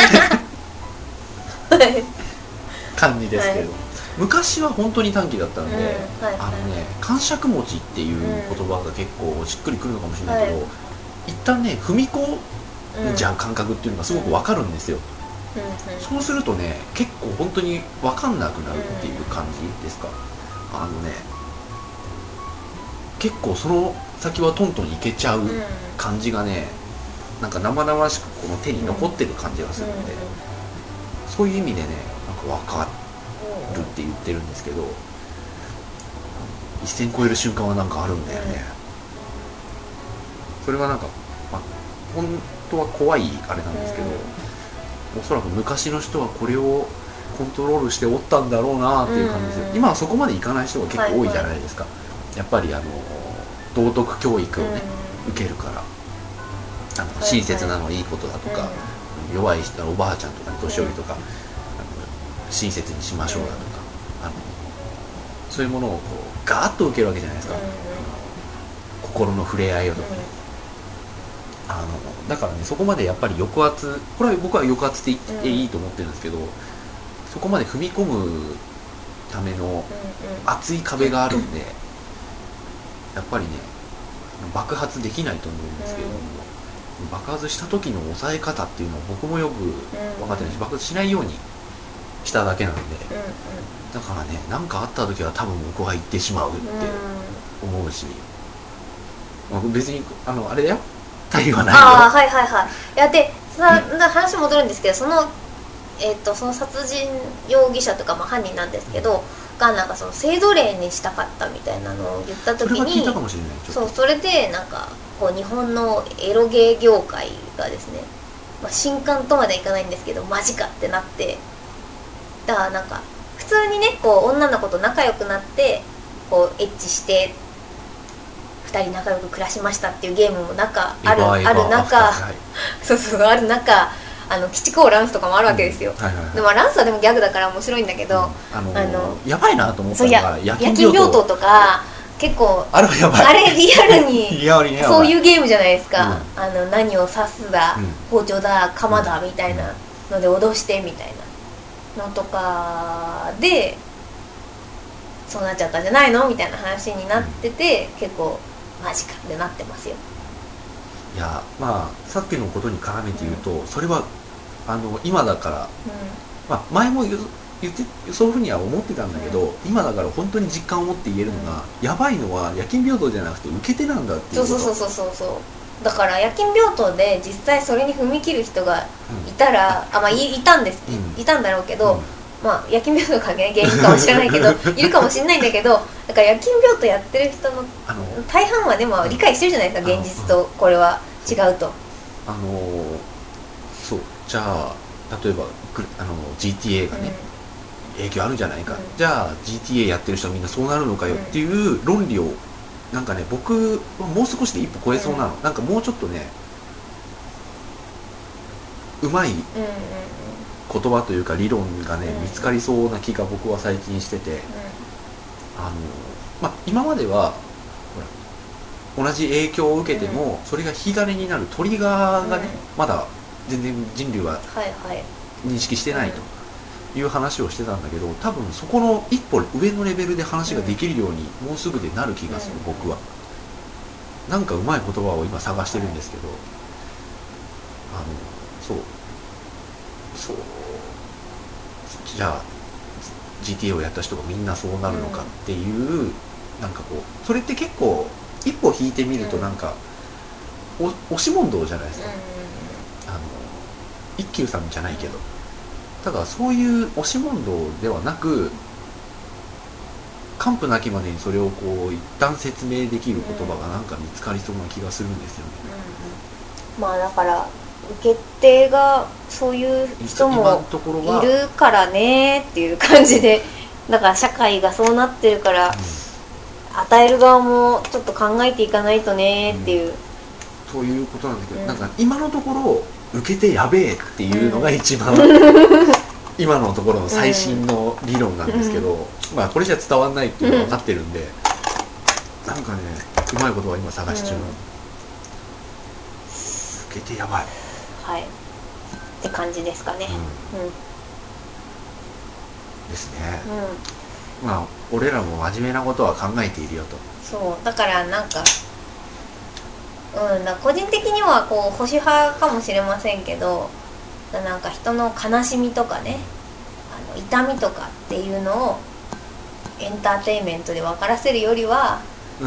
たいな感じですけど、はい、昔は本当に短期だったんで、うんはい、あのね感触持ちっていう言葉が結構しっくりくるのかもしれないけど、はい、一旦ね踏み込んじゃう感覚っていうのがすごく分かるんですよ、うんうん、そうするとね結構本当に分かんなくなるっていう感じですか。あのね結構その先はトントンいけちゃう感じがねなんか生々しくこの手に残ってる感じがするんで、そういう意味でねなんか分かるって言ってるんですけど一線超える瞬間はなんかあるんだよね。それはなんか、まあ、本当は怖いあれなんですけど、おそらく昔の人はこれをコントロールしておったんだろうなっていう感じですよ、うんうん、今はそこまでいかない人が結構多いじゃないですか、はいはい、やっぱりあの道徳教育をね、うん、受けるからあの親切なのいいことだとか、はいはい、弱い人はおばあちゃんとか年寄りとか、うん、あの親切にしましょうだとか、うん、あのそういうものをこうガーッと受けるわけじゃないですか、うんうん、心の触れ合いをとかね、うん、あのだからねそこまでやっぱり抑圧これは僕は抑圧って言っていいと思ってるんですけど、うんそこまで踏み込むための厚い壁があるんで、やっぱりね爆発できないと思うんですけれども、爆発した時の抑え方っていうのは僕もよく分かってないし、爆発しないようにしただけなんで、だからね何かあった時は多分僕は言ってしまうって思うし、別にあのあれだよ対はないよ。 ああはいはいはい。いやでさ話戻るんですけどそのえー、とその殺人容疑者とか、まあ、犯人なんですけどがなんかその制度例にしたかったみたいなのを言った時にそれは聞いたかもしれない。そうそれでなんかこう日本のエロゲー業界がですね、まあ、新刊とまではいかないんですけどマジかってなってだからなんか普通にねこう女の子と仲良くなってこうエッチしてふたり仲良く暮らしましたっていうゲームも中あるある中、はい、そうそうある中あの鬼畜王ランスとかもあるわけですよ、うんはいはいはい、でもランスはでもギャグだから面白いんだけど、うん、 あのー、あのやばいなと思ったのが夜勤病棟とか結構あれはやばいあれリアルにそういうゲームじゃないですか、うん、あの何を刺すだ、うん、包丁だ鎌だみたいなので脅してみたいなのとかでそうなっちゃったんじゃないのみたいな話になってて、うん、結構マジかってなってますよ。 いやまあさっきのことに絡めて言うと、うん、それはあの今だから、うんまあ、前も言ってそういうふうには思ってたんだけど、うん、今だから本当に実感を持って言えるのが、うん、やばいのは夜勤病棟じゃなくて受け手なんだっていうこと。 そうそうそうそうそうだから夜勤病棟で実際それに踏み切る人がいたら、うん、あまあ い, いたんです、うん、いたんだろうけど、うんまあ、夜勤病棟が、ね、原因かもしれないけどいるかもしれないんだけどだから夜勤病棟やってる人の大半はでも理解してるじゃないですか現実とこれは違うと。 あのー、そうじゃあ例えばあの ジーティーエー がね、うん、影響あるんじゃないか、うん、じゃあ ジーティーエー やってる人はみんなそうなるのかよっていう論理をなんかね僕はもう少しで一歩超えそうなの、うん、なんかもうちょっとねうまい言葉というか理論がね、うん、見つかりそうな気が僕は最近してて、うん、あのまあ今まではほら同じ影響を受けても、うん、それが引き金になるトリガーがね、うん、まだ全然人類は認識してないという話をしてたんだけど、多分そこの一歩上のレベルで話ができるようにもうすぐでなる気がする、うん、僕はなんかうまい言葉を今探してるんですけど、あのそうそうじゃあ ジーティーエー をやった人がみんなそうなるのかっていう、うん、なんかこうそれって結構一歩引いてみるとなんか、うん、押し問答じゃないですか、うん、あの一休さんじゃないけど、ただそういう押し問答ではなく完膚なきまでにそれをこう一旦説明できる言葉がなんか見つかりそうな気がするんですよね、 うんうん、まあだから受け手がそういう人もいるからねっていう感じで、だから社会がそうなってるから、うん、与える側もちょっと考えていかないとねっていう、うん、 そういうことなんだけど、うん、なんか今のところ受けてやべえっていうのが一番、うん、今のところの最新の理論なんですけど、うん、まあこれじゃ伝わんないっていうのは分かってるんで、うん、なんかねうまいことは今探し中、うん、受けてやばい、 はいって感じですかね、うんうん、 ですね、うん、まあ俺らも真面目なことは考えているよと。 そうだからなんかうんだ個人的にはこう保守派かもしれませんけど、なんか人の悲しみとかね、あの痛みとかっていうのをエンターテインメントで分からせるよりは、うん、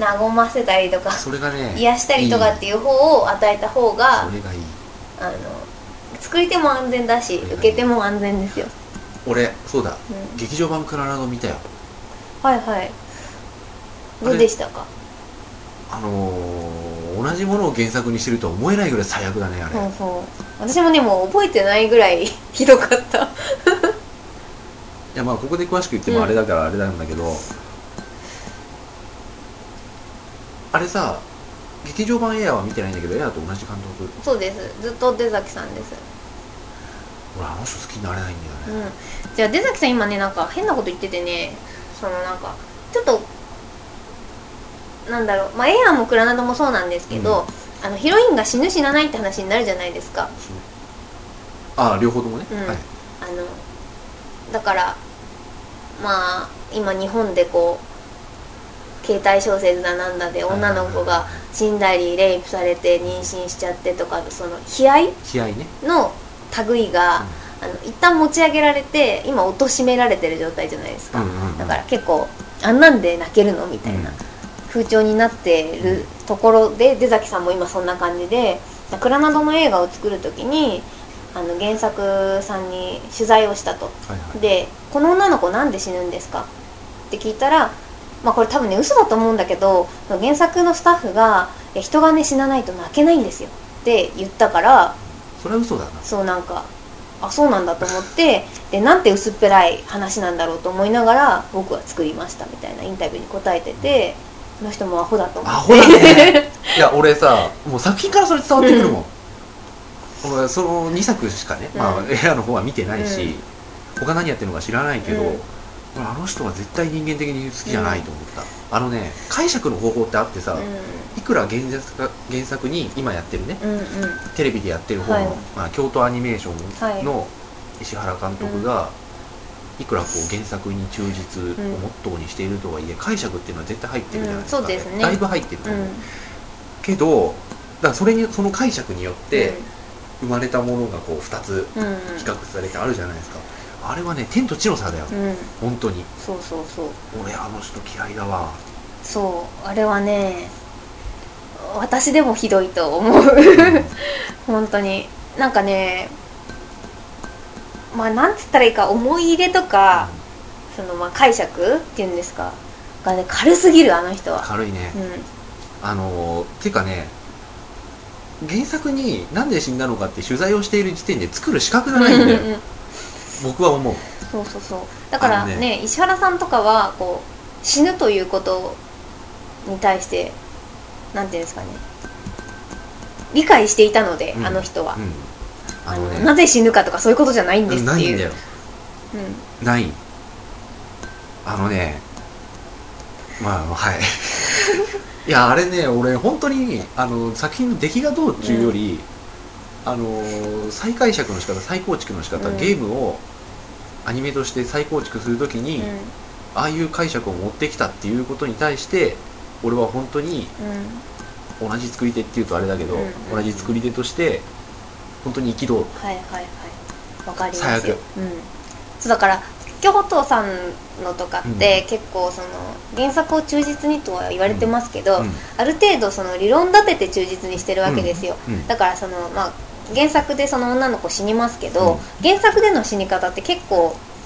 和ませたりとかそれが、ね、 癒したりとかっていう方を与えた方が、 それがいい、 あの作り手も安全だし受け手も安全ですよ。 俺そうだ、 うん、 劇場版クラナド見たよ。 はいはい、どうでしたか？ あのー、同じものを原作にしてるとは思えないぐらい最悪だねあれ。 そうそう、私もねもう覚えてないぐらいひどかったいやまあここで詳しく言ってもあれだからあれなんだけど、うん、あれさ劇場版エアは見てないんだけどエアと同じ監督。 そうです、ずっと出崎さんです。 俺あの人好きになれないんだよね、 うん、じゃあ出崎さん今ねなんか変なこと言っててね、そのなんかちょっとなんだろう、まあエアもクラナドもそうなんですけど、うん、あのヒロインが死ぬ死なないって話になるじゃないですか。 ああ両方ともね、 うん、 はい、 あのだからまあ今日本でこう携帯小説だなんだで女の子が死んだりレイプされて妊娠しちゃってとか、その悲哀の類が、うん、あの一旦持ち上げられて今貶められてる状態じゃないですか、うんうんうん、だから結構あんなんで泣けるのみたいな風潮になってるところで、出崎さんも今そんな感じで、クラナドの映画を作る時にあの原作さんに取材をしたと、はいはい、でこの女の子なんで死ぬんですかって聞いたら、まあこれ多分ね嘘だと思うんだけど、原作のスタッフがいや人がね死なないと泣けないんですよって言ったから、 それは嘘だな。 そうなんかあそうなんだと思って、でなんて薄っぺらい話なんだろうと思いながら僕は作りましたみたいなインタビューに答えてて、この人もアホだと思って。 アホだねいや俺さもう作品からそれ伝わってくるもん、うん、俺そのにさくしかね、まあ、うん、エアの方は見てないし、うん、他何やってるのか知らないけど、うん、俺あの人は絶対人間的に好きじゃないと思った、うん、あのね解釈の方法ってあってさ、うん、いくら原作原作に今やってるね、うんうん、テレビでやってる方の、はい、まあ、京都アニメーションの石原監督が、いくらこう原作に忠実をモットーにしているとはいえ、解釈っていうのは絶対入ってるじゃないですか、うん、そうですね、だいぶ入ってると思う、うん、けどだからそれにその解釈によって生まれたものがこうふたつ比較されてあるじゃないですか、うん、あれはね天と地の差だよ、うん、本当に。 そうそうそう、 俺あの人嫌いだわ。 そうあれはね私でもひどいと思う、うん、本当になんかね、まあなんつったらいいか、思い入れとか、うん、そのまあ解釈っていうんですかがね軽すぎる、あの人は。 軽いね、うん、あのていうかね原作になんで死んだのかって取材をしている時点で作る資格がないんだよ僕は思う。 そうそうそう、だからね、ね石原さんとかはこう死ぬということに対してなんていうんですかね、理解していたので、うん、あの人は、うんあのね、なぜ死ぬかとかそういうことじゃないんですっていう。 ないんだよ、うん、ない。あのねまあはいいやあれね俺本当にあの作品の出来がどうっていうより、うん、あの再解釈の仕方再構築の仕方、うん、ゲームをアニメとして再構築するときに、うん、ああいう解釈を持ってきたっていうことに対して俺は本当に、うん、同じ作り手っていうとあれだけど、うん、同じ作り手として本当に憤る。 はいはいはい、わかりますよ。うん、そうだから京都さんのとかって、うん、結構その原作を忠実にとは言われてますけど、うん、ある程度その理論立てて忠実にしてるわけですよ。うん、だからそのまあ原作でその女の子死にますけど、うん、原作での死に方って結構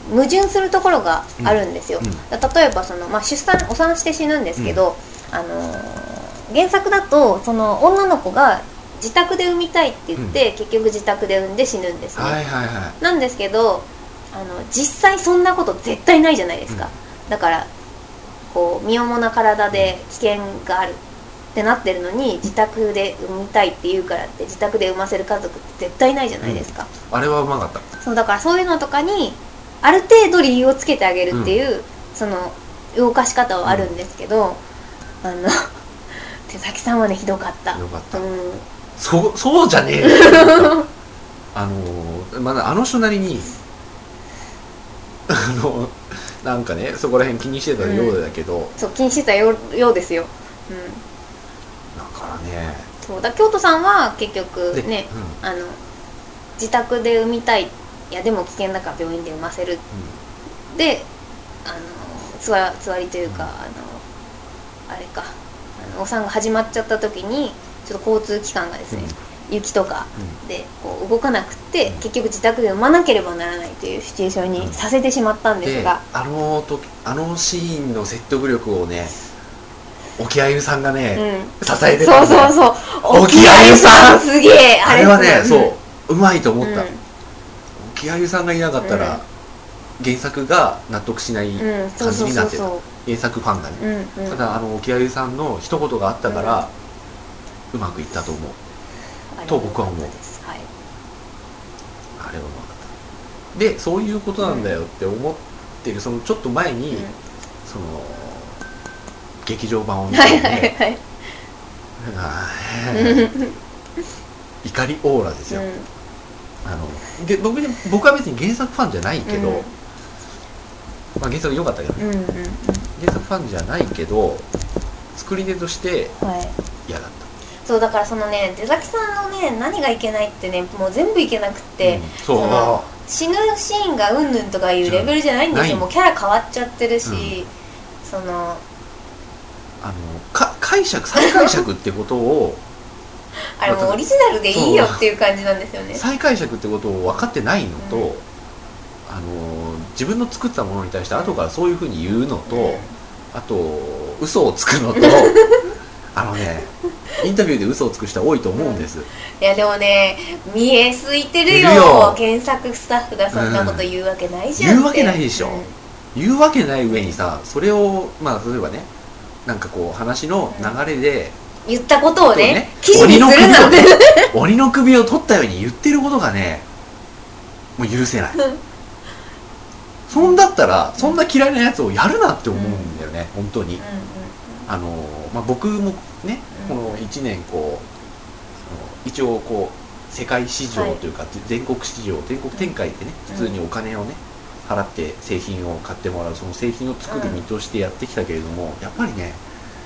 矛盾するところがあるんですよ、 うんうん、 例えばその、まあ、出産お産して死ぬんですけど、うん、あのー、原作だとその女の子が自宅で産みたいって言って、うん、結局自宅で産んで死ぬんですね、 はいはいはい、 なんですけどあの実際そんなこと絶対ないじゃないですか、うん、だからこう身重な体で危険があるってなってるのに自宅で産みたいって言うからって自宅で産ませる家族って絶対ないじゃないですか、 うん、あれはうまかった。 そうだからそういうのとかにある程度理由をつけてあげるっていう、うん、その動かし方はあるんですけど、うん、あの手崎さんはねひどかったひどかった、 うん、 そ, そうじゃねえよあのまだあの人なりにあのなんかねそこら辺気にしてたようだけど、うん、 そう気にしてたようようですよ、うん、 だからねそうだ京都さんは結局ね、うん、あの自宅で産みたい、いやでも危険だから病院で産ませる、うん、であのつわつわりというか、うん、あのあれかあのお産が始まっちゃった時にちょっと交通機関がですね、うん、雪とかでこう動かなくって、うん、結局自宅で産まなければならないというシチュエーションにさせてしまったんですが、 うん、あの時あのシーンの説得力をね沖あゆさんがね、うん、支えてたんだよ。 そうそうそう沖あゆさんすげえあれはね、うん、そううまいと思った、うん、沖あゆさんがいなかったら、うん、原作が納得しない感じになってた、原作ファンがね、うんうん、ただあの沖あゆさんの一言があったから、うん、うまくいったと思うと僕は思う、はい、あれはうまかったでそういうことなんだよって思ってるそのちょっと前に、うん、その劇場版を見てね、はいはいはい、怒りオーラですよ、うん、あので 僕, 僕は別に原作ファンじゃないけど、うんまあ、原作良かったけどね、うんうんうん、原作ファンじゃないけど作り手として嫌だった、はい、 そうだからそのね出崎さんのね何がいけないってねもう全部いけなくって、うん、そうその死ぬシーンがうんぬんとかいうレベルじゃないんですよ、もうキャラ変わっちゃってるし、うん、そのあのか解釈再解釈ってことをあれもうオリジナルでいいよっていう感じなんですよね。 再解釈ってことを分かってないのと、うん、あの自分の作ったものに対して後からそういうふうに言うのと、うん、あと嘘をつくのとあのねインタビューで嘘をつく人は多いと思うんです、うん、 いやでもね見えすいてる よ, よ原作スタッフがそんなこと言うわけないじゃんって、うん、 言うわけないでしょ、うん、言うわけない上にさそれをまあ例えばねなんかこう話の流れで、 うん、言ったことを ね, ね記事にするなんて鬼の首を取ったように言ってることがねもう許せないそんだったらそんな嫌いなやつをやるなって思うんだよね、うん、本当に、うんうんうん、あのまあ、僕もね、うん、このいちねんこう一応こう世界市場というか、はい、全国市場全国展開でね、うん、普通にお金をね払って製品を買ってもらうその製品を作る身としてやってきたけれども、うん、やっぱりね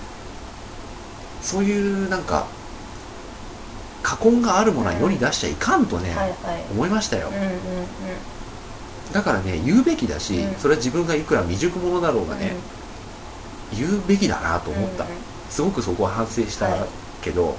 そういうなんか禍根があるものは世に出しちゃいかんとね、うんはいはい、思いましたよ、うんうんうん、だからね言うべきだし、うん、それは自分がいくら未熟者だろうがね、うん、言うべきだなと思った、うんうん、すごくそこは反省したけど、はい、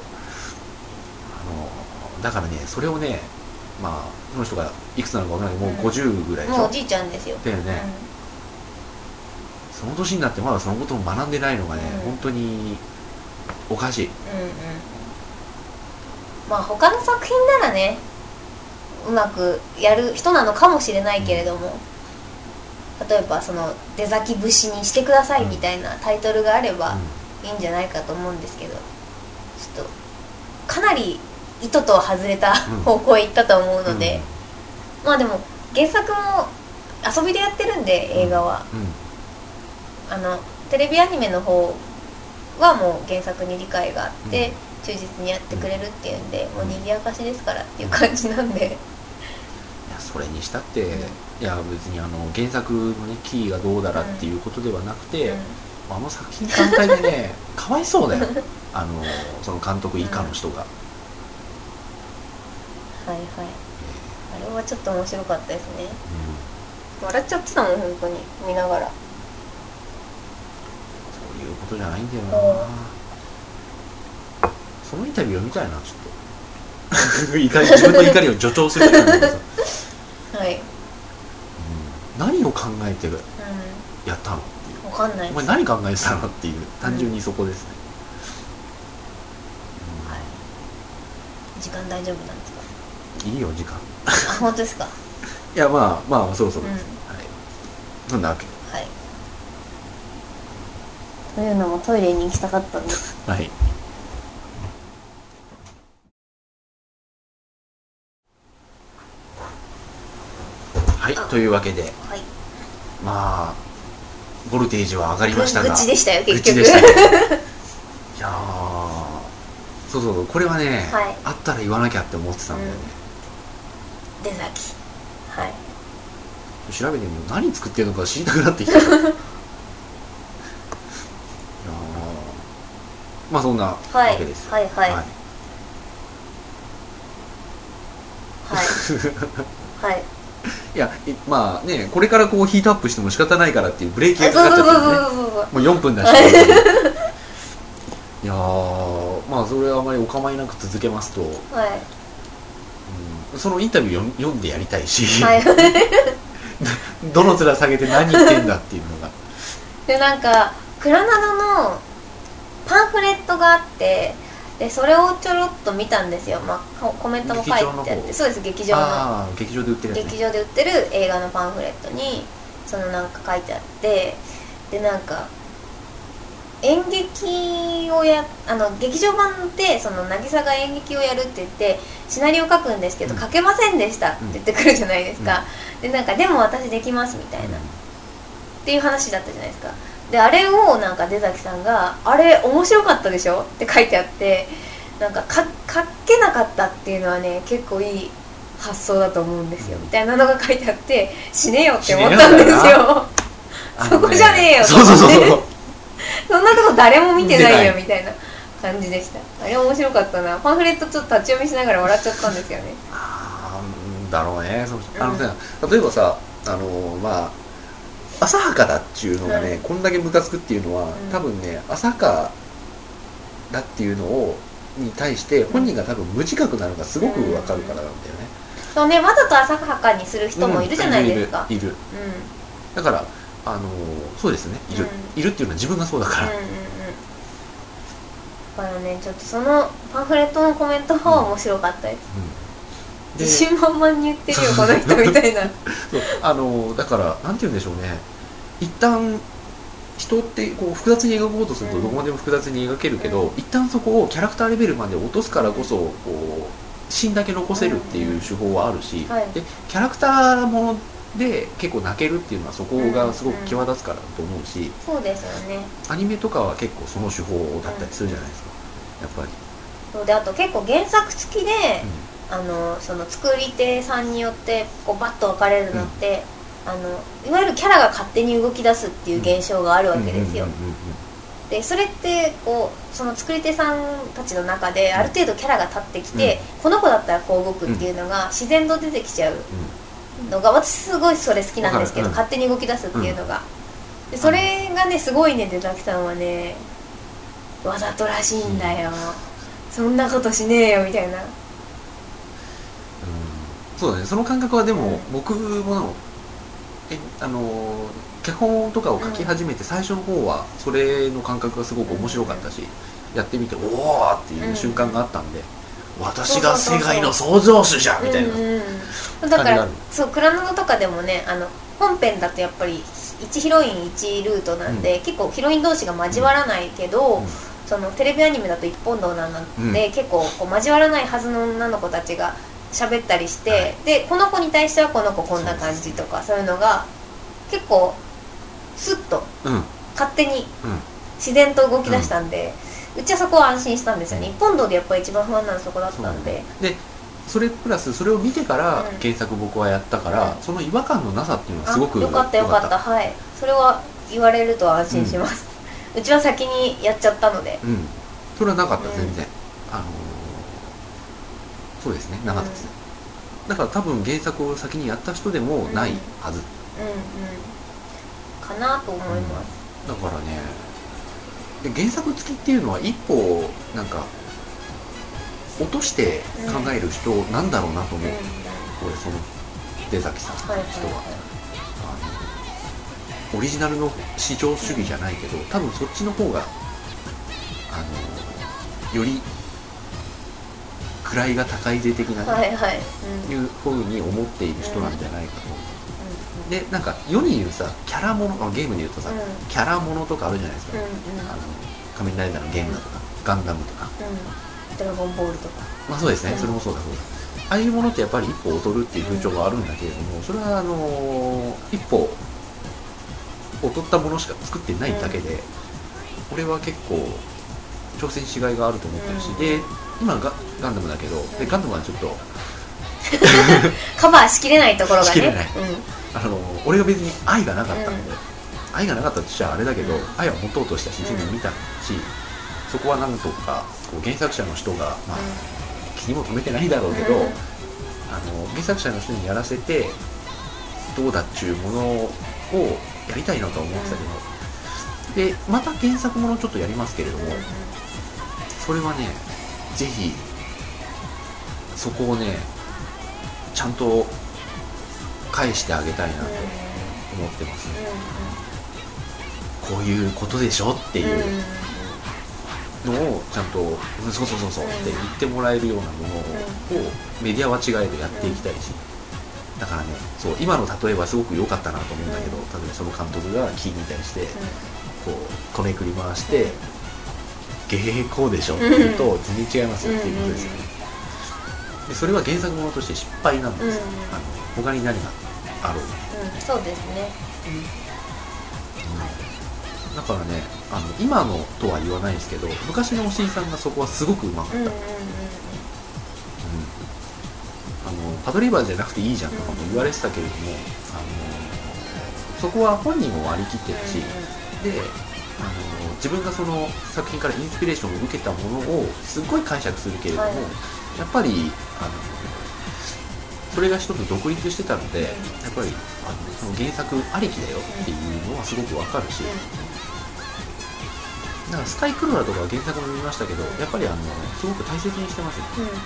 あのだからねそれをねまあその人がいくつなのか分からないけどもうごじゅうぐらいでしょ、 もうおじいちゃんですよだよね、うん、その年になってまだそのことを学んでないのがね、うん、本当におかしい、うんうん、 まあ他の作品ならねうまくやる人なのかもしれないけれども、うん、例えばその出咲き節にしてくださいみたいなタイトルがあればいいんじゃないかと思うんですけど、ちょっとかなり意図とは外れた方向へ行ったと思うので、うん、まあでも原作も遊びでやってるんで映画は、うんうん、あのテレビアニメの方はもう原作に理解があって、うん、忠実にやってくれるっていうんで、もう賑やかしですからっていう感じなんで、いやそれにしたって、うん、いや別にあの原作の、ね、キーがどうだらっていうことではなくて、うん、あの作品単体でねかわいそうだよあのその監督以下の人が、 うん、はいはい、あれはちょっと面白かったですね、うん、笑っちゃってたもん本当に見ながら。 そういうことじゃないんだよな、そのインタビューを見たいなちょっと怒り自分の怒りを助長するためにさはい、うん、 何を考えてうやったのっていう、 ん、わかんないお前です。 何考えてたのっていう、単純にそこですね、 はい。時間大丈夫なんですか？ うん、いいよ時間あ、本当ですか？ いやまあまあそろそろうん。 です、はい、そんなわけはい。というのもトイレに行きたかったんです。 はいはい、 あというわけで、 はい。 まあボルテージは上がりましたが、 愚痴でしたよ結局。 愚痴でしたねいやー、そうそうそう、これはね、 はいあったら言わなきゃって思ってたんだよね、 出先。はい。 調べてみよう、何作ってるのか知りたくなってきたいやー、まあそんなわはいけですよ、 はいはいはいはいはい。 いやいまあね、これからこうヒートアップしても仕方ないからっていうブレーキあ、 がかそうそうかっちゃってるんですね。 そうそうそう。 もうよんぷんだしいやー、まあそれはあまりお構いなく続けますと、うん、 はいそのインタビュー読んでやりたいし、 はい。 どの面下げて何言ってんだっていうのがでなんかクラナドのパンフレットがあって、でそれをちょろっと見たんですよ、まあ、ココメントも書いてあって、そうです、劇場のああ劇場で売ってるやつ、ね、 劇場で売ってる映画のパンフレットにそのなんか書いてあって、でなんか演劇をやあの劇場版でその渚が演劇をやるって言ってシナリオ書くんですけど、うん、書けませんでしたって言ってくるじゃないですか、うん、でなんかでも私できますみたいな、うん、っていう話だったじゃないですか。であれをなんか出崎さんがあれ面白かったでしょって書いてあって、なんかか書けなかったっていうのはね結構いい発想だと思うんですよ、うん、みたいなのが書いてあって、死ねよって思ったんですよそこじゃねえよと思って、そうそうそうそんなとこ誰も見てないよみたいな感じでした。あれ面白かったな。パンフレットちょっと立ち読みしながら笑っちゃったんですよね。 ああだろうね。あのさ、うん、例えばさ、あのまあ浅はかだっていうのがね、うん、こんだけムカつくっていうのは、うん、多分ね浅はかだっていうのをに対して本人が多分無自覚なのがすごくわかるからなんだよね、 うん、そうね、わざと浅はかにする人もいるじゃないですか、 うん、いるいる、いる、うん、だからあのそうですね、いる、うん、いるっていうのは自分がそうだから、うんうんうん、 だからね、ちょっとそのパンフレットのコメントは面白かったです、うんうん自信満々に言ってるよこの人みたいなそうあのだからなんて言うんでしょうね、一旦人ってこう複雑に描こうとするとどこまでも複雑に描けるけど、うん、一旦そこをキャラクターレベルまで落とすからこそこう芯だけ残せるっていう手法はあるし、うんはい、でキャラクターもので結構泣けるっていうのはそこがすごく際立つからだと思うし、 うんうん、そうですよね。 アニメとかは結構その手法だったりするじゃないですか、うん、やっぱりそうで、あと結構原作付きで、うん、あのその作り手さんによってこうバッと分かれるのって、うん、あのいわゆるキャラが勝手に動き出すっていう現象があるわけですよ。でそれってこうその作り手さんたちの中である程度キャラが立ってきて、うん、この子だったらこう動くっていうのが自然と出てきちゃうのが、私すごいそれ好きなんですけど、うん、勝手に動き出すっていうのが、うん、でそれがねすごいね、出崎さんはねわざとらしいんだよ、うん、そんなことしねえよみたいな、うん、 そうだね、その感覚はでも、うん、僕もなのえあの脚本とかを書き始めて最初の方はそれの感覚がすごく面白かったし、うん、やってみておおっていう瞬間があったんで、うん、私が世界の創造主じゃんみたいな、うんうん、 だからそうクラノドとかでもね、あの本編だとやっぱりいちヒロインいちルートなんで、うん、結構ヒロイン同士が交わらないけど、うん、そのテレビアニメだと一本道なんで、うん、結構こう交わらないはずの女の子たちが喋ったりして、はい、でこの子に対してはこの子こんな感じとか、そういうのが結構スッと、うん、勝手に自然と動き出したんで、うん、うちはそこは安心したんですよね。一本道でやっぱり一番不安なのはそこだったんで、 でそれプラスそれを見てから原作僕はやったから、うん、その違和感のなさっていうのはすごくよかったよかった、はい、それは言われると安心します、うん、うちは先にやっちゃったので、 うん、それはなかった、全然、うん、あのー、そうですね、なかったです、うん、だから多分原作を先にやった人でもないはず、うんうんうんかなと思います、 うん、だからね、で原作付きっていうのは一歩なんか落として考える人なんだろうなと思う、うん、これその出崎さんの人は、はいはいはい、あのオリジナルの市場主義じゃないけど、多分そっちの方があのより位が高いぜ的な、ね、 はいはい、 うん、いうふうに思っている人なんじゃないかと、うん、でなんか世に言うさキャラもの、ゲームで言うとさ、うん、キャラものとかあるじゃないですか、うんうん、あの仮面ライダーのゲームだとか、ガンダムとか、 うん、ドラゴンボールとか、 まあそうですね、うん、それもそうだそうだ、ああいうものってやっぱり一歩劣るっていう風潮があるんだけれども、それはあのー、一歩劣ったものしか作ってないだけで、うん、俺は結構挑戦しがいがあると思ってるし、うん、で今ガガンダムだけど、でガンダムはちょっとカバーしきれないところがね、しきれない、 うん、あの俺が別に愛がなかったので、うん、愛がなかったとしちゃあれだけど、うん、愛は持とうとしたし、全部見たし、そこはなんとかこう原作者の人が、まあ、気にも留めてないだろうけど、うん、あの原作者の人にやらせてどうだっちゅうものをやりたいなとは思ってたけど、でまた原作ものちょっとやりますけれども、それはねぜひそこをねちゃんと返してあげたいなと思ってますね、うんうん、こういうことでしょっていうのをちゃんと、うん、そうそうそうそうって言ってもらえるようなものをメディアは違えどやっていきたいし、だからね、そう今の例えばすごく良かったなと思うんだけど、例えばその監督がキーに対してこうこねくり回してゲヘヘこうでしょって言うと全然違いますよっていうことですよね。でそれは原作ものとして失敗なんですよ、あの他に何があろう、 うん、そうですね、 うん、だからねあの今のとは言わないですけど昔の押井さんがそこはすごくうまかった、うんうんうんうん、あのパドリバーじゃなくていいじゃんとかも言われてたけれども、あのそこは本人も割り切ってるし、うんうん、であの自分がその作品からインスピレーションを受けたものをすごい解釈するけれども、はい、やっぱりあのそれが一つ独立してたので、やっぱりあのその原作ありきだよっていうのはすごくわかるし、だからスカイクローラーとかは原作も見ましたけど、やっぱりあのすごく大切にしてますよね、うんうん、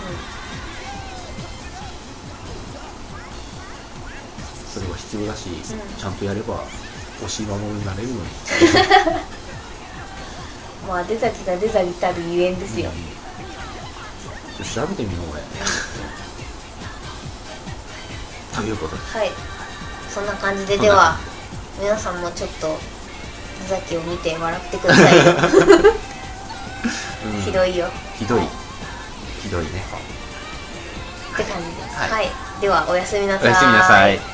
それは必要だし、うん、ちゃんとやれば押し守りになれるのにまあ出先が出先たるゆえんですよ、 うん、調べてみよう俺ということで、 はい、そんな感じで、では皆さんもちょっと出先を見て笑ってくださいよ、うん、ひどいよ、 ひどいひどいねって感じです、 はい、 はい、ではおやすみなさい。 おやすみなさい。